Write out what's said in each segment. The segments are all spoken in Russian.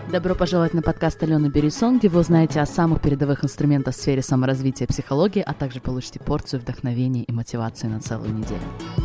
Добро пожаловать на подкаст Алены Берисон, где вы узнаете о самых передовых инструментах в сфере саморазвития и психологии, а также получите порцию вдохновения и мотивации на целую неделю.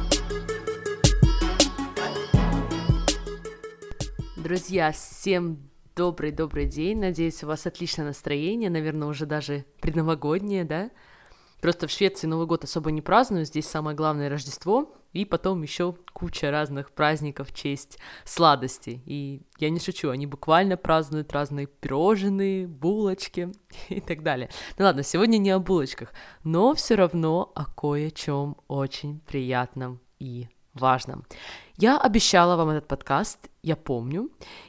Друзья, всем добрый день. Надеюсь, у вас отличное настроение, наверное, уже даже предновогоднее, да? Просто в Швеции Новый год особо не празднуют, здесь самое главное Рождество, и потом еще куча разных праздников в честь сладостей. И я не шучу, они буквально празднуют разные пирожные, булочки и так далее. Ну ладно, сегодня не о булочках, но все равно о кое-чем очень приятном и важном. Я обещала вам этот подкаст, я помню,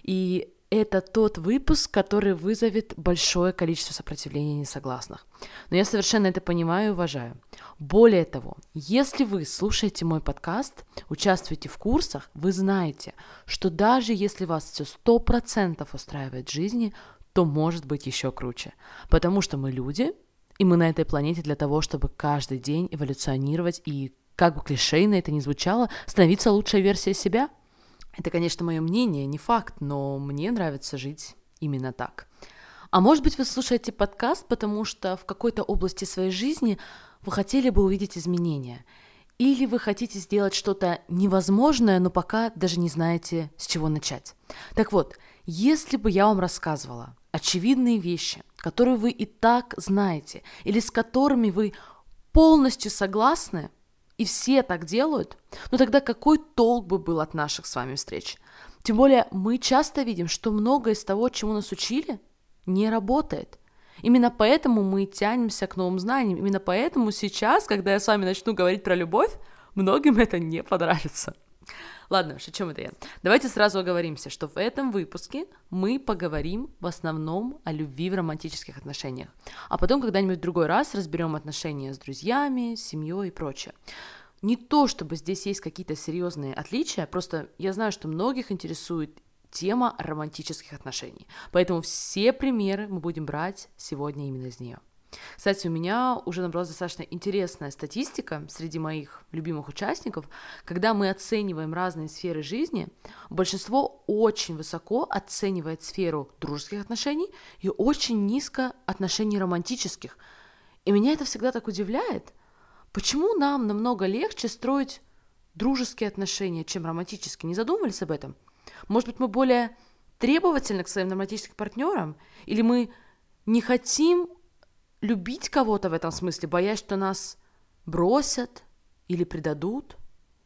и это тот выпуск, который вызовет большое количество сопротивления несогласных. Но я совершенно это понимаю и уважаю. Более того, если вы слушаете мой подкаст, участвуете в курсах, вы знаете, что даже если вас все 100% устраивает в жизни, то может быть еще круче. Потому что мы люди, и мы на этой планете для того, чтобы каждый день эволюционировать и, как бы клишейно это ни звучало, становиться лучшей версией себя. Это, конечно, мое мнение, не факт, но мне нравится жить именно так. А может быть, вы слушаете подкаст, потому что в какой-то области своей жизни вы хотели бы увидеть изменения. Или вы хотите сделать что-то невозможное, но пока даже не знаете, с чего начать. Так вот, если бы я вам рассказывала очевидные вещи, которые вы и так знаете, или с которыми вы полностью согласны, и все так делают, но тогда какой толк бы был от наших с вами встреч? Тем более мы часто видим, что многое из того, чему нас учили, не работает. Именно поэтому мы тянемся к новым знаниям. Именно поэтому сейчас, когда я с вами начну говорить про любовь, многим это не понравится. Ладно, о чем это я? Давайте сразу оговоримся, что в этом выпуске мы поговорим в основном о любви в романтических отношениях, а потом когда-нибудь в другой раз разберем отношения с друзьями, семьей и прочее. Не то, чтобы здесь есть какие-то серьезные отличия, просто я знаю, что многих интересует тема романтических отношений, поэтому все примеры мы будем брать сегодня именно из нее. Кстати, у меня уже набралась достаточно интересная статистика среди моих любимых участников. Когда мы оцениваем разные сферы жизни, большинство очень высоко оценивает сферу дружеских отношений и очень низко отношений романтических. И меня это всегда так удивляет. Почему нам намного легче строить дружеские отношения, чем романтические? Не задумывались об этом? Может быть, мы более требовательны к своим романтическим партнерам? Или мы не хотим любить кого-то в этом смысле, боясь, что нас бросят или предадут?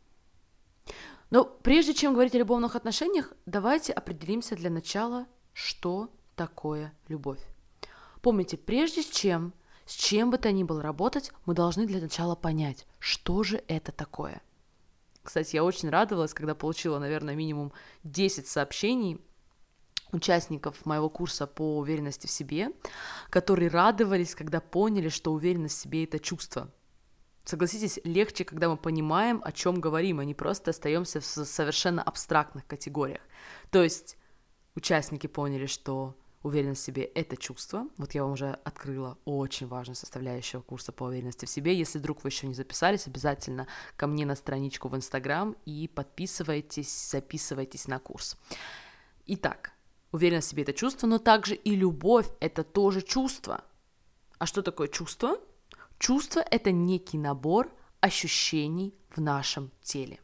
Но прежде чем говорить о любовных отношениях, давайте определимся для начала, что такое любовь. Помните, прежде чем с чем бы то ни было работать, мы должны для начала понять, что же это такое. Кстати, я очень радовалась, когда получила, наверное, минимум 10 сообщений участников моего курса по уверенности в себе, которые радовались, когда поняли, что уверенность в себе – это чувство. Согласитесь, легче, когда мы понимаем, о чем говорим, а не просто остаемся в совершенно абстрактных категориях. То есть участники поняли, что уверенность в себе – это чувство. Вот я вам уже открыла очень важную составляющую курса по уверенности в себе. Если вдруг вы еще не записались, обязательно ко мне на страничку в Инстаграм и подписывайтесь, записывайтесь на курс. Итак, уверенность в себе – это чувство, но также и любовь – это тоже чувство. А что такое чувство? Чувство – это некий набор ощущений в нашем теле.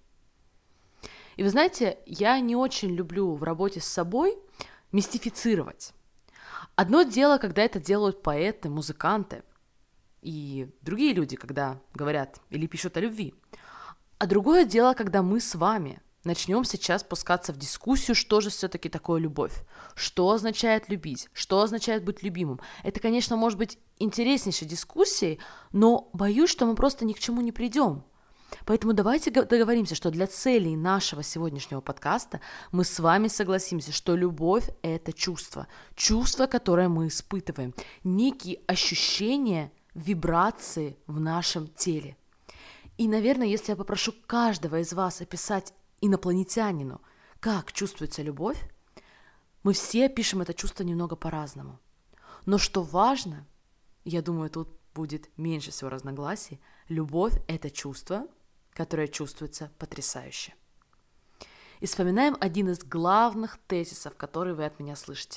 И вы знаете, я не очень люблю в работе с собой мистифицировать. Одно дело, когда это делают поэты, музыканты и другие люди, когда говорят или пишут о любви. А другое дело, когда мы с вами начнем сейчас спускаться в дискуссию, что же все-таки такое любовь, что означает любить, что означает быть любимым. Это, конечно, может быть интереснейшей дискуссией, но боюсь, что мы просто ни к чему не придем. Поэтому давайте договоримся, что для целей нашего сегодняшнего подкаста мы с вами согласимся, что любовь – это чувство, которое мы испытываем, некие ощущения, вибрации в нашем теле. И, наверное, если я попрошу каждого из вас описать инопланетянину, как чувствуется любовь, мы все опишем это чувство немного по-разному. Но что важно, я думаю, тут будет меньше всего разногласий, любовь – это чувство, которое чувствуется потрясающе. И вспоминаем один из главных тезисов, который вы от меня слышите.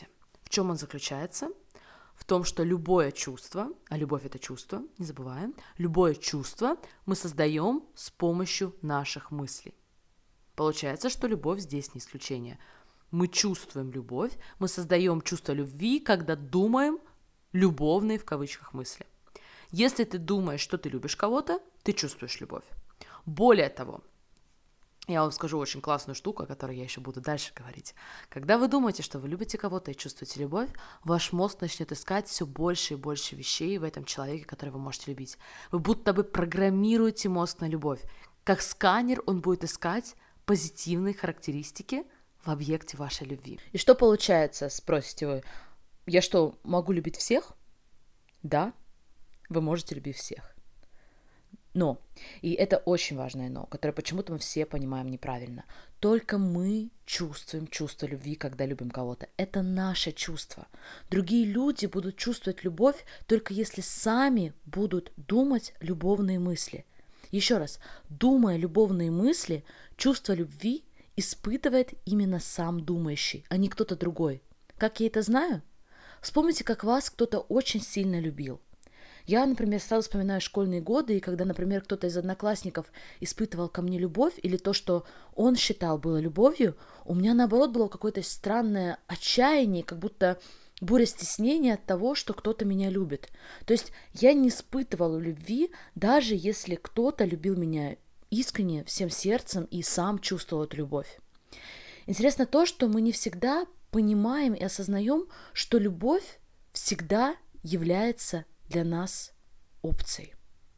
В чем он заключается? В том, что любое чувство, а любовь — это чувство, не забываем, любое чувство мы создаем с помощью наших мыслей. Получается, что любовь здесь не исключение. Мы чувствуем любовь, мы создаем чувство любви, когда думаем любовные в кавычках мысли. Если ты думаешь, что ты любишь кого-то, ты чувствуешь любовь. Более того, я вам скажу очень классную штуку, о которой я еще буду дальше говорить. Когда вы думаете, что вы любите кого-то и чувствуете любовь, ваш мозг начнет искать все больше и больше вещей в этом человеке, который вы можете любить. Вы будто бы программируете мозг на любовь. Как сканер он будет искать позитивные характеристики в объекте вашей любви. И что получается, спросите вы? Я что, могу любить всех? Да, вы можете любить всех. Но, и это очень важное но, которое почему-то мы все понимаем неправильно. Только мы чувствуем чувство любви, когда любим кого-то. Это наше чувство. Другие люди будут чувствовать любовь только если сами будут думать любовные мысли. Еще раз, думая любовные мысли, чувство любви испытывает именно сам думающий, а не кто-то другой. Как я это знаю? Вспомните, как вас кто-то очень сильно любил. Я, например, сразу вспоминаю школьные годы, и когда, например, кто-то из одноклассников испытывал ко мне любовь, или то, что он считал было любовью, у меня, наоборот, было какое-то странное отчаяние, как будто буря стеснения от того, что кто-то меня любит. То есть я не испытывала любви, даже если кто-то любил меня искренне, всем сердцем и сам чувствовал эту любовь. Интересно то, что мы не всегда понимаем и осознаем, что любовь всегда является для нас опцией.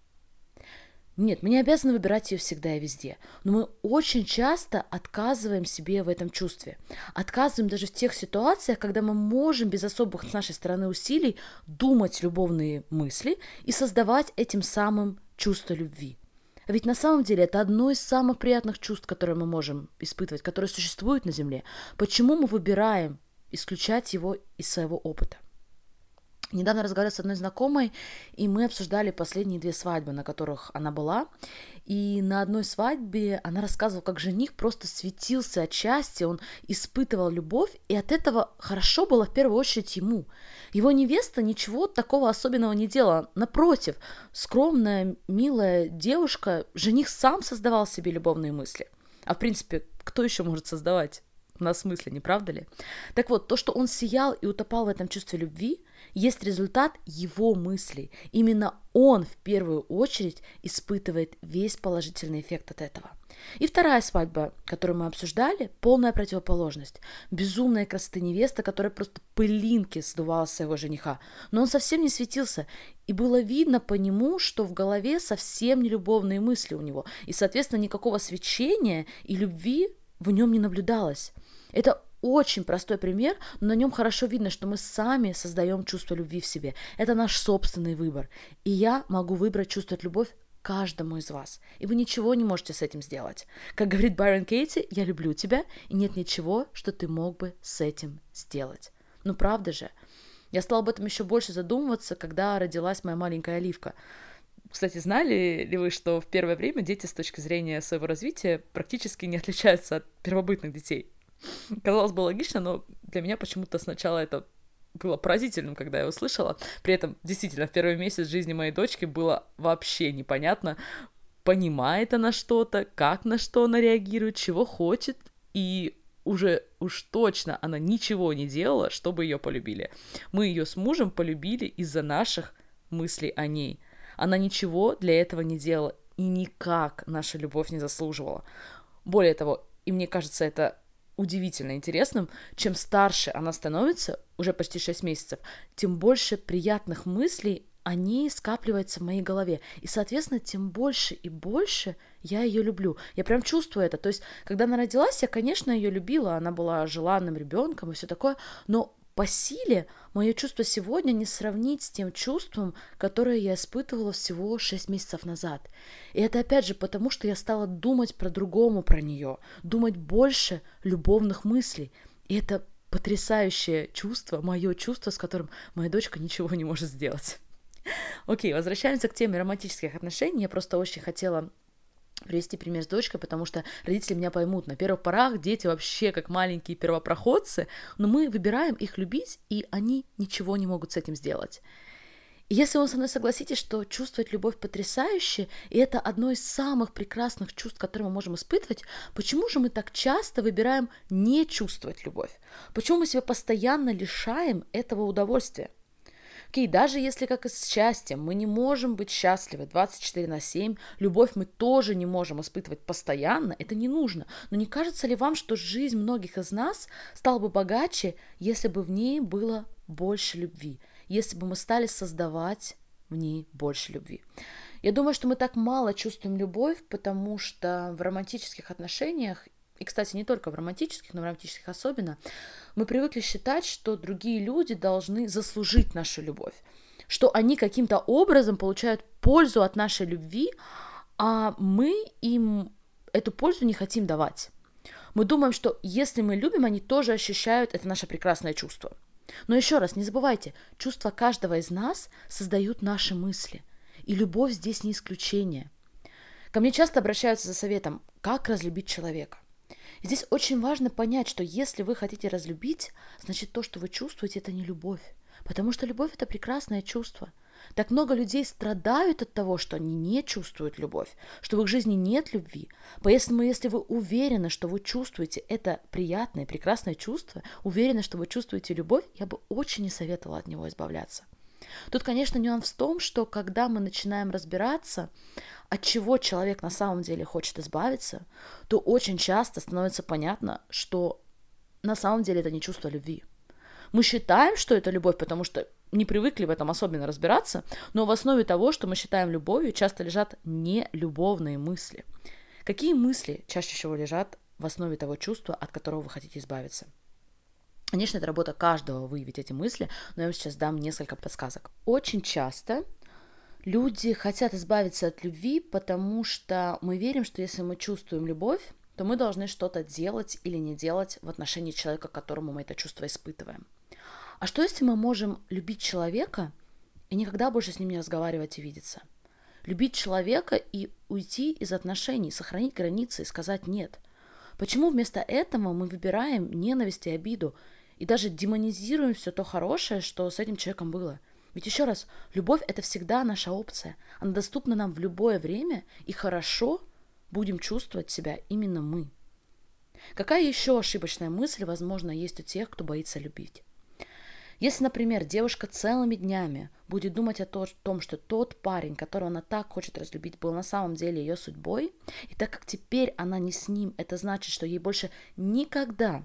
Нет, мы не обязаны выбирать ее всегда и везде, но мы очень часто отказываем себе в этом чувстве. Отказываем даже в тех ситуациях, когда мы можем без особых с нашей стороны усилий думать любовные мысли и создавать этим самым чувство любви. А ведь на самом деле это одно из самых приятных чувств, которые мы можем испытывать, которые существуют на Земле. Почему мы выбираем исключать его из своего опыта? Недавно разговаривала с одной знакомой, и мы обсуждали последние 2 свадьбы, на которых она была. И на одной свадьбе она рассказывала, как жених просто светился от счастья, он испытывал любовь, и от этого хорошо было в первую очередь ему. Его невеста ничего такого особенного не делала. Напротив, скромная, милая девушка, жених сам создавал себе любовные мысли. А в принципе, кто еще может создавать у нас мысли, не правда ли? Так вот, то, что он сиял и утопал в этом чувстве любви, есть результат его мыслей. Именно он в первую очередь испытывает весь положительный эффект от этого. И вторая свадьба, которую мы обсуждали, полная противоположность. Безумная красоты невеста, которая просто пылинки сдувала с своего жениха. Но он совсем не светился, и было видно по нему, что в голове совсем не любовные мысли у него. И, соответственно, никакого свечения и любви в нем не наблюдалось. Это очень простой пример, но на нем хорошо видно, что мы сами создаем чувство любви в себе. Это наш собственный выбор. И я могу выбрать чувствовать любовь каждому из вас. И вы ничего не можете с этим сделать. Как говорит Байрон Кейти, я люблю тебя, и нет ничего, что ты мог бы с этим сделать. Ну правда же? Я стала об этом еще больше задумываться, когда родилась моя маленькая Оливка. Кстати, знали ли вы, что в первое время дети с точки зрения своего развития практически не отличаются от первобытных детей? Казалось бы, логично, но для меня почему-то сначала это было поразительным, когда я услышала. При этом, действительно, в первый месяц жизни моей дочки было вообще непонятно, понимает она что-то, как на что она реагирует, чего хочет, и уже уж точно она ничего не делала, чтобы ее полюбили. Мы ее с мужем полюбили из-за наших мыслей о ней. Она ничего для этого не делала, и никак наша любовь не заслуживала. Более того, и мне кажется, это удивительно интересным, чем старше она становится, уже почти 6 месяцев, тем больше приятных мыслей о ней скапливается в моей голове. И, соответственно, тем больше и больше я ее люблю. Я прям чувствую это. То есть, когда она родилась, я, конечно, ее любила, она была желанным ребенком и все такое, но по силе мое чувство сегодня не сравнить с тем чувством, которое я испытывала всего 6 месяцев назад. И это опять же потому, что я стала думать по-другому про нее, думать больше любовных мыслей. И это потрясающее чувство, мое чувство, с которым моя дочка ничего не может сделать. Окей, возвращаемся к теме романтических отношений. Я просто очень хотела привести пример с дочкой, потому что родители меня поймут. На первых порах дети вообще как маленькие первопроходцы, но мы выбираем их любить, и они ничего не могут с этим сделать. И если вы со мной согласитесь, что чувствовать любовь потрясающе, и это одно из самых прекрасных чувств, которые мы можем испытывать, почему же мы так часто выбираем не чувствовать любовь? Почему мы себя постоянно лишаем этого удовольствия? Окей, даже если, как и с счастьем, мы не можем быть счастливы 24/7, любовь мы тоже не можем испытывать постоянно, это не нужно. Но не кажется ли вам, что жизнь многих из нас стала бы богаче, если бы в ней было больше любви, если бы мы стали создавать в ней больше любви? Я думаю, что мы так мало чувствуем любовь, потому что в романтических отношениях, и, кстати, не только в романтических, но в романтических особенно, мы привыкли считать, что другие люди должны заслужить нашу любовь, что они каким-то образом получают пользу от нашей любви, а мы им эту пользу не хотим давать. Мы думаем, что если мы любим, они тоже ощущают это наше прекрасное чувство. Но еще раз, не забывайте, чувства каждого из нас создают наши мысли, и любовь здесь не исключение. Ко мне часто обращаются за советом, как разлюбить человека. И здесь очень важно понять, что если вы хотите разлюбить, значит то, что вы чувствуете, это не любовь. Потому что любовь – это прекрасное чувство. Так много людей страдают от того, что они не чувствуют любовь, что в их жизни нет любви. Поэтому, если вы уверены, что вы чувствуете это приятное, прекрасное чувство, уверены, что вы чувствуете любовь, я бы очень не советовала от него избавляться. Тут, конечно, нюанс в том, что когда мы начинаем разбираться, от чего человек на самом деле хочет избавиться, то очень часто становится понятно, что на самом деле это не чувство любви. Мы считаем, что это любовь, потому что не привыкли в этом особенно разбираться, но в основе того, что мы считаем любовью, часто лежат нелюбовные мысли. Какие мысли чаще всего лежат в основе того чувства, от которого вы хотите избавиться? Конечно, это работа каждого выявить эти мысли, но я вам сейчас дам несколько подсказок. Очень часто люди хотят избавиться от любви, потому что мы верим, что если мы чувствуем любовь, то мы должны что-то делать или не делать в отношении человека, которому мы это чувство испытываем. А что если мы можем любить человека и никогда больше с ним не разговаривать и видеться? Любить человека и уйти из отношений, сохранить границы и сказать «нет». Почему вместо этого мы выбираем ненависть и обиду и даже демонизируем все то хорошее, что с этим человеком было? Ведь еще раз, любовь – это всегда наша опция. Она доступна нам в любое время, и хорошо будем чувствовать себя именно мы. Какая еще ошибочная мысль, возможно, есть у тех, кто боится любить? Если, например, девушка целыми днями будет думать о том, что тот парень, которого она так хочет разлюбить, был на самом деле ее судьбой, и так как теперь она не с ним, это значит, что ей больше никогда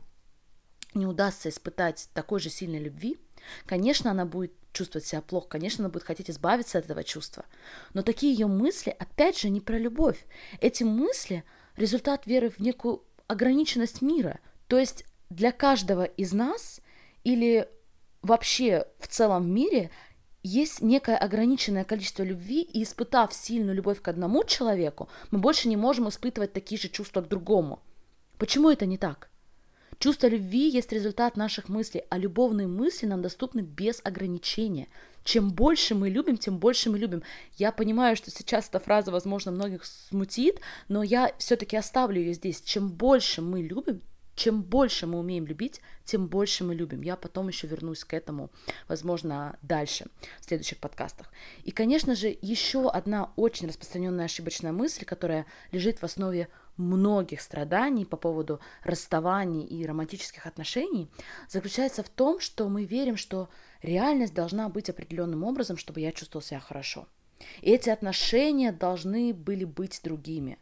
не удастся испытать такой же сильной любви, конечно, она будет чувствовать себя плохо, конечно, она будет хотеть избавиться от этого чувства. Но такие ее мысли, опять же, не про любовь. Эти мысли – результат веры в некую ограниченность мира. То есть для каждого из нас или вообще в целом в мире есть некое ограниченное количество любви, и испытав сильную любовь к одному человеку, мы больше не можем испытывать такие же чувства к другому. Почему это не так? Чувство любви есть результат наших мыслей, а любовные мысли нам доступны без ограничения. Чем больше мы любим, тем больше мы любим. Я понимаю, что сейчас эта фраза, возможно, многих смутит, но я все-таки оставлю ее здесь. Чем больше мы любим, чем больше мы умеем любить, тем больше мы любим. Я потом еще вернусь к этому, возможно, дальше, в следующих подкастах. И, конечно же, еще одна очень распространенная ошибочная мысль, которая лежит в основе многих страданий по поводу расставаний и романтических отношений, заключается в том, что мы верим, что реальность должна быть определенным образом, чтобы я чувствовал себя хорошо. И эти отношения должны были быть другими.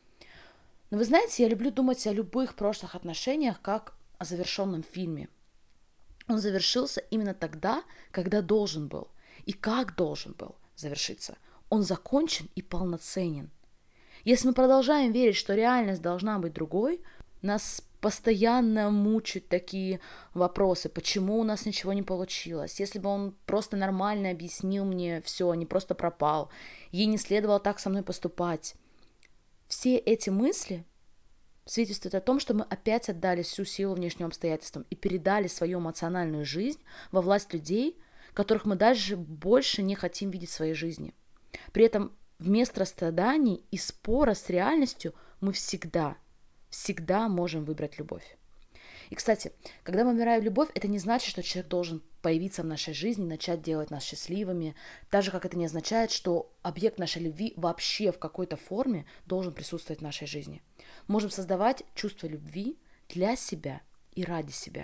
Но вы знаете, я люблю думать о любых прошлых отношениях как о завершенном фильме. Он завершился именно тогда, когда должен был, и как должен был завершиться. Он закончен и полноценен. Если мы продолжаем верить, что реальность должна быть другой, нас постоянно мучают такие вопросы, почему у нас ничего не получилось. Если бы он просто нормально объяснил мне все, а не просто пропал, ей не следовало так со мной поступать. Все эти мысли свидетельствуют о том, что мы опять отдали всю силу внешним обстоятельствам и передали свою эмоциональную жизнь во власть людей, которых мы даже больше не хотим видеть в своей жизни. При этом вместо страданий и спора с реальностью мы всегда можем выбрать любовь. И, кстати, когда мы выбираем любовь, это не значит, что человек должен появиться в нашей жизни, начать делать нас счастливыми, так как это не означает, что объект нашей любви вообще в какой-то форме должен присутствовать в нашей жизни. Можем создавать чувство любви для себя и ради себя.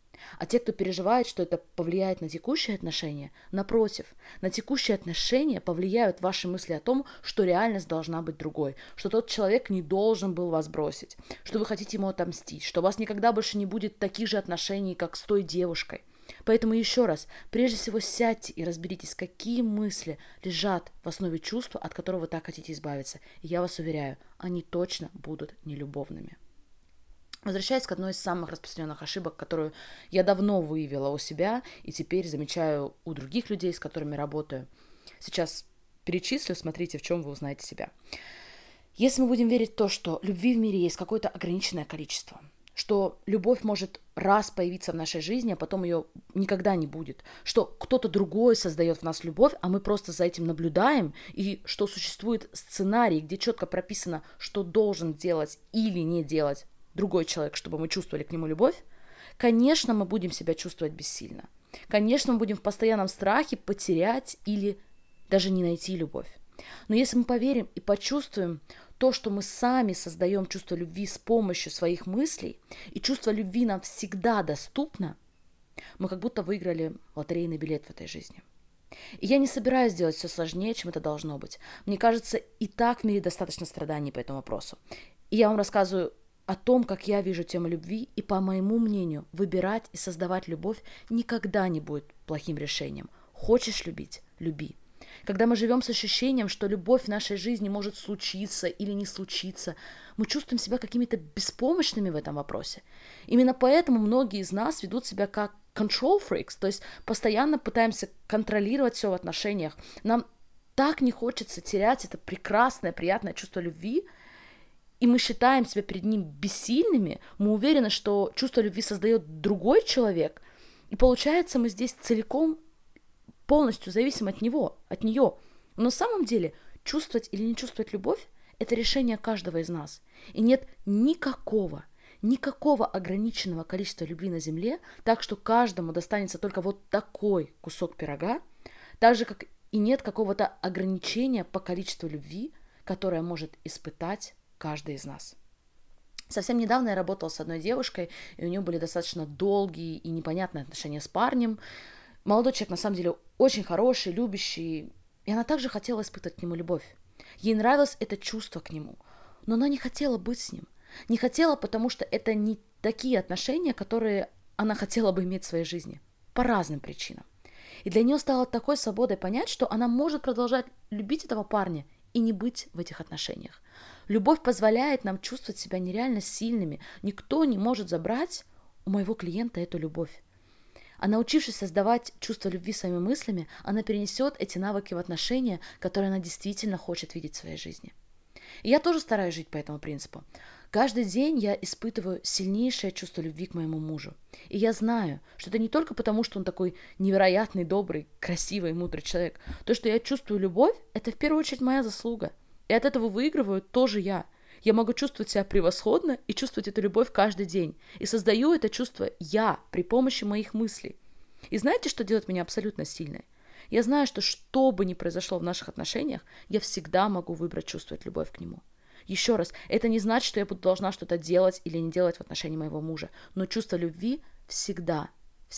А те, кто переживает, что это повлияет на текущие отношения, напротив, на текущие отношения повлияют ваши мысли о том, что реальность должна быть другой, что тот человек не должен был вас бросить, что вы хотите ему отомстить, что у вас никогда больше не будет таких же отношений, как с той девушкой. Поэтому еще раз, прежде всего сядьте и разберитесь, какие мысли лежат в основе чувства, от которого вы так хотите избавиться. И я вас уверяю, они точно будут нелюбовными. Возвращаясь к одной из самых распространенных ошибок, которую я давно выявила у себя и теперь замечаю у других людей, с которыми работаю. Сейчас перечислю, смотрите, в чем вы узнаете себя. Если мы будем верить в то, что любви в мире есть какое-то ограниченное количество, что любовь может раз появиться в нашей жизни, а потом ее никогда не будет, что кто-то другой создает в нас любовь, а мы просто за этим наблюдаем, и что существует сценарий, где четко прописано, что должен делать или не делать другой человек, чтобы мы чувствовали к нему любовь, конечно, мы будем себя чувствовать бессильно. Конечно, мы будем в постоянном страхе потерять или даже не найти любовь. Но если мы поверим и почувствуем то, что мы сами создаем чувство любви с помощью своих мыслей, и чувство любви нам всегда доступно, мы как будто выиграли лотерейный билет в этой жизни. И я не собираюсь делать все сложнее, чем это должно быть. Мне кажется, и так в мире достаточно страданий по этому вопросу. И я вам рассказываю о том, как я вижу тему любви, и, по моему мнению, выбирать и создавать любовь никогда не будет плохим решением. Хочешь любить – люби. Когда мы живем с ощущением, что любовь в нашей жизни может случиться или не случиться, мы чувствуем себя какими-то беспомощными в этом вопросе. Именно поэтому многие из нас ведут себя как control freaks, то есть постоянно пытаемся контролировать все в отношениях. Нам так не хочется терять это прекрасное, приятное чувство любви, и мы считаем себя перед ним бессильными, мы уверены, что чувство любви создает другой человек, и получается, мы здесь целиком полностью зависим от него, от нее. Но на самом деле чувствовать или не чувствовать любовь – это решение каждого из нас. И нет никакого ограниченного количества любви на земле, так что каждому достанется только вот такой кусок пирога, так же, как и нет какого-то ограничения по количеству любви, которое может испытать каждый из нас. Совсем недавно я работала с одной девушкой, и у нее были достаточно долгие и непонятные отношения с парнем. Молодой человек, на самом деле, очень хороший, любящий, и она также хотела испытать к нему любовь. Ей нравилось это чувство к нему, но она не хотела быть с ним. Не хотела, потому что это не такие отношения, которые она хотела бы иметь в своей жизни. По разным причинам. И для нее стало такой свободой понять, что она может продолжать любить этого парня и не быть в этих отношениях. Любовь позволяет нам чувствовать себя нереально сильными. Никто не может забрать у моего клиента эту любовь. А научившись создавать чувство любви своими мыслями, она перенесет эти навыки в отношения, которые она действительно хочет видеть в своей жизни. И я тоже стараюсь жить по этому принципу. Каждый день я испытываю сильнейшее чувство любви к моему мужу. И я знаю, что это не только потому, что он такой невероятный, добрый, красивый, мудрый человек. То, что я чувствую любовь, это в первую очередь моя заслуга. И от этого выигрываю тоже я. Я могу чувствовать себя превосходно и чувствовать эту любовь каждый день. И создаю это чувство я при помощи моих мыслей. И знаете, что делает меня абсолютно сильной? Я знаю, что бы ни произошло в наших отношениях, я всегда могу выбрать чувствовать любовь к нему. Еще раз, это не значит, что я должна что-то делать или не делать в отношении моего мужа. Но чувство любви всегда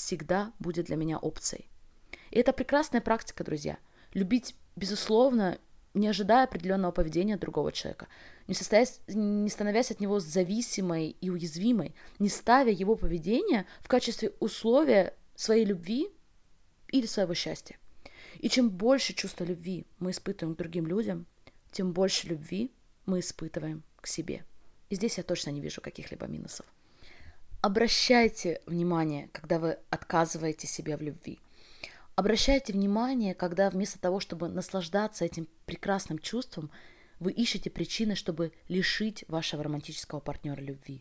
будет для меня опцией. И это прекрасная практика, друзья. Любить, безусловно, не ожидая определенного поведения от другого человека, не становясь от него зависимой и уязвимой, не ставя его поведение в качестве условия своей любви или своего счастья. И чем больше чувства любви мы испытываем к другим людям, тем больше любви мы испытываем к себе. И здесь я точно не вижу каких-либо минусов. Обращайте внимание, когда вы отказываете себе в любви. Обращайте внимание, когда вместо того, чтобы наслаждаться этим прекрасным чувством, вы ищете причины, чтобы лишить вашего романтического партнера любви.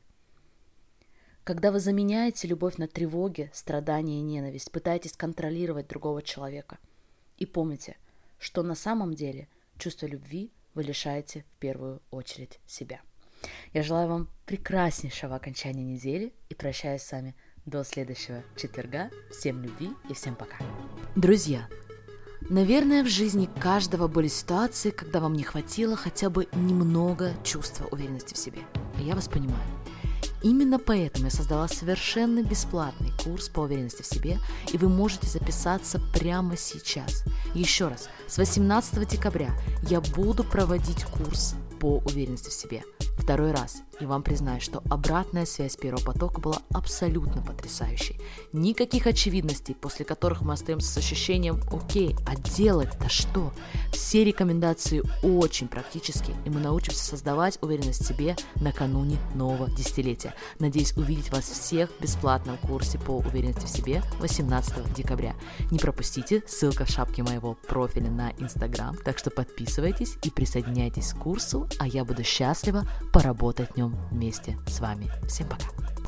Когда вы заменяете любовь на тревоги, страдания и ненависть, пытаетесь контролировать другого человека. И помните, что на самом деле чувства любви вы лишаете в первую очередь себя. Я желаю вам прекраснейшего окончания недели и прощаюсь с вами до следующего четверга. Всем любви и всем пока. Друзья, наверное, в жизни каждого были ситуации, когда вам не хватило хотя бы немного чувства уверенности в себе. И я вас понимаю. Именно поэтому я создала совершенно бесплатный курс по уверенности в себе, и вы можете записаться прямо сейчас. Еще раз, с 18 декабря я буду проводить курс по уверенности в себе. Второй раз, и вам признаюсь, что обратная связь первого потока была абсолютно потрясающей. Никаких очевидностей, после которых мы остаемся с ощущением «Окей, а делать-то что?». Все рекомендации очень практические, и мы научимся создавать уверенность в себе накануне нового десятилетия. Надеюсь увидеть вас всех в бесплатном курсе по уверенности в себе 18 декабря. Не пропустите, ссылка в шапке моего профиля на Instagram, так что подписывайтесь и присоединяйтесь к курсу, а я буду счастлива поработать в нем вместе с вами. Всем пока!